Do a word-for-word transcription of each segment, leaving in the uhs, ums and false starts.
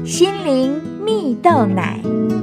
心灵蜜豆奶。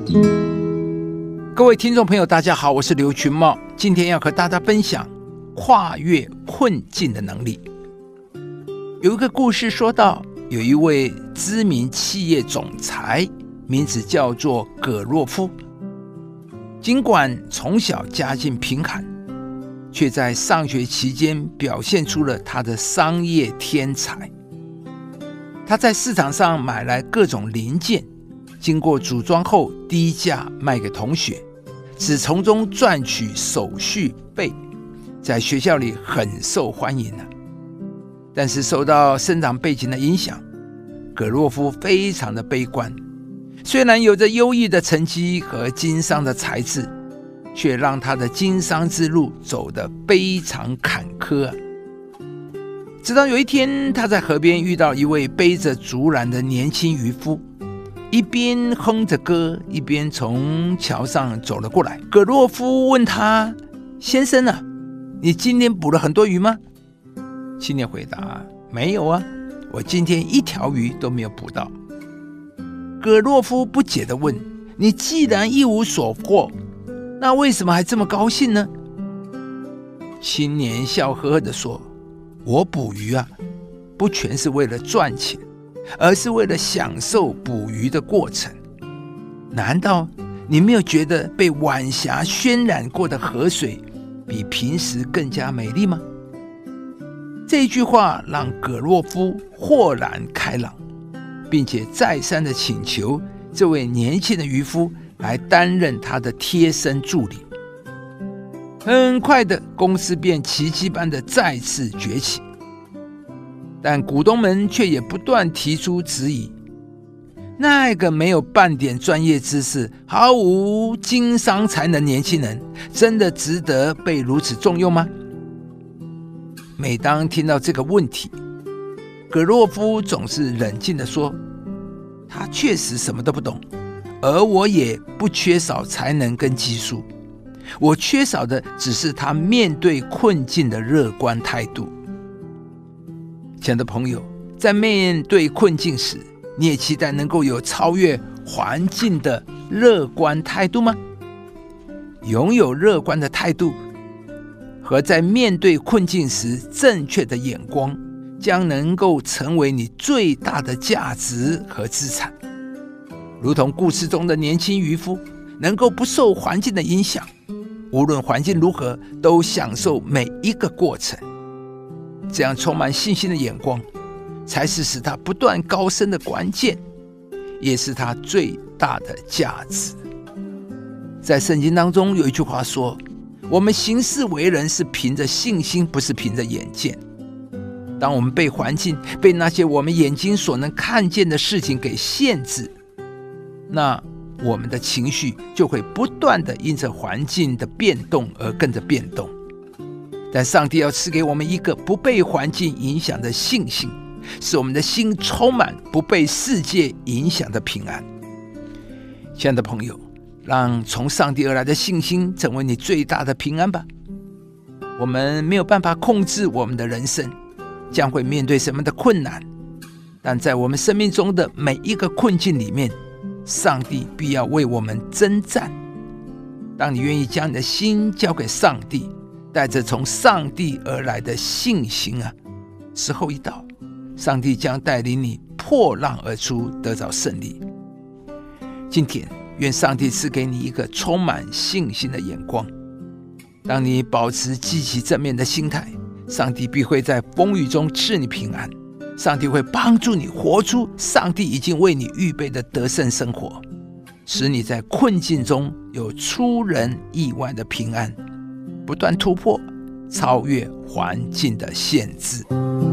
各位听众朋友大家好，我是刘群茂，今天要和大家分享跨越困境的能力。有一个故事说到，有一位知名企业总裁，名字叫做葛洛夫。尽管从小家境贫寒，却在上学期间表现出了他的商业天才。他在市场上买来各种零件，经过组装后低价卖给同学，只从中赚取手续费，在学校里很受欢迎啊。但是受到生长背景的影响，葛洛夫非常的悲观。虽然有着优异的成绩和经商的才智，却让他的经商之路走得非常坎坷啊。直到有一天，他在河边遇到一位背着竹篮的年轻渔夫，一边哼着歌，一边从桥上走了过来。葛洛夫问他：先生啊，你今天捕了很多鱼吗？青年回答：没有啊，我今天一条鱼都没有捕到。葛洛夫不解地问：你既然一无所获，那为什么还这么高兴呢？青年笑呵呵地说：我捕鱼啊，不全是为了赚钱，而是为了享受捕鱼的过程。难道你没有觉得被晚霞渲染过的河水比平时更加美丽吗？这句话让葛洛夫豁然开朗，并且再三的请求这位年轻的渔夫来担任他的贴身助理。很快的，公司便奇迹般的再次崛起，但股东们却也不断提出质疑：那个没有半点专业知识、毫无经商才能年轻人，真的值得被如此重用吗？每当听到这个问题，葛洛夫总是冷静地说：他确实什么都不懂，而我也不缺少才能跟技术，我缺少的只是他面对困境的乐观态度。亲爱的朋友，在面对困境时，你也期待能够有超越环境的乐观态度吗？拥有乐观的态度和在面对困境时正确的眼光，将能够成为你最大的价值和资产。如同故事中的年轻渔夫，能够不受环境的影响，无论环境如何，都享受每一个过程。这样充满信心的眼光，才是使他不断高升的关键，也是他最大的价值。在圣经当中有一句话说：我们行事为人是凭着信心，不是凭着眼见。当我们被环境、被那些我们眼睛所能看见的事情给限制，那我们的情绪就会不断的因着环境的变动而跟着变动。但上帝要赐给我们一个不被环境影响的信心，使我们的心充满不被世界影响的平安。亲爱的朋友，让从上帝而来的信心成为你最大的平安吧。我们没有办法控制我们的人生将会面对什么的困难，但在我们生命中的每一个困境里面，上帝必要为我们征战。当你愿意将你的心交给上帝，带着从上帝而来的信心啊，时候一到，上帝将带领你破浪而出，得着胜利。今天愿上帝赐给你一个充满信心的眼光。当你保持积极正面的心态，上帝必会在风雨中赐你平安。上帝会帮助你活出上帝已经为你预备的得胜生活，使你在困境中有出人意外的平安，不断突破，超越环境的限制。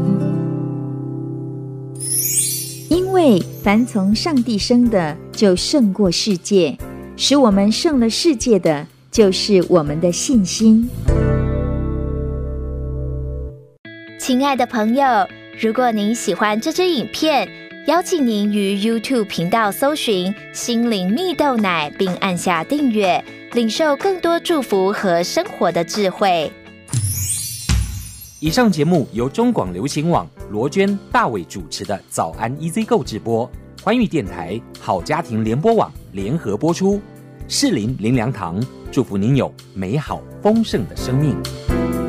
因为凡从上帝生的，就胜过世界，使我们胜了世界的，就是我们的信心。 亲爱的朋友，如果您喜欢这支影片，邀请您于 YouTube 频道搜寻心灵蜜豆奶，并按下订阅，领受更多祝福和生活的智慧。 以上节目由中广流行网罗娟、大伟主持的早安 E Z 购直播。 欢愉电台、好家庭联播网联合播出，士林灵粮堂祝福您有美好丰盛的生命。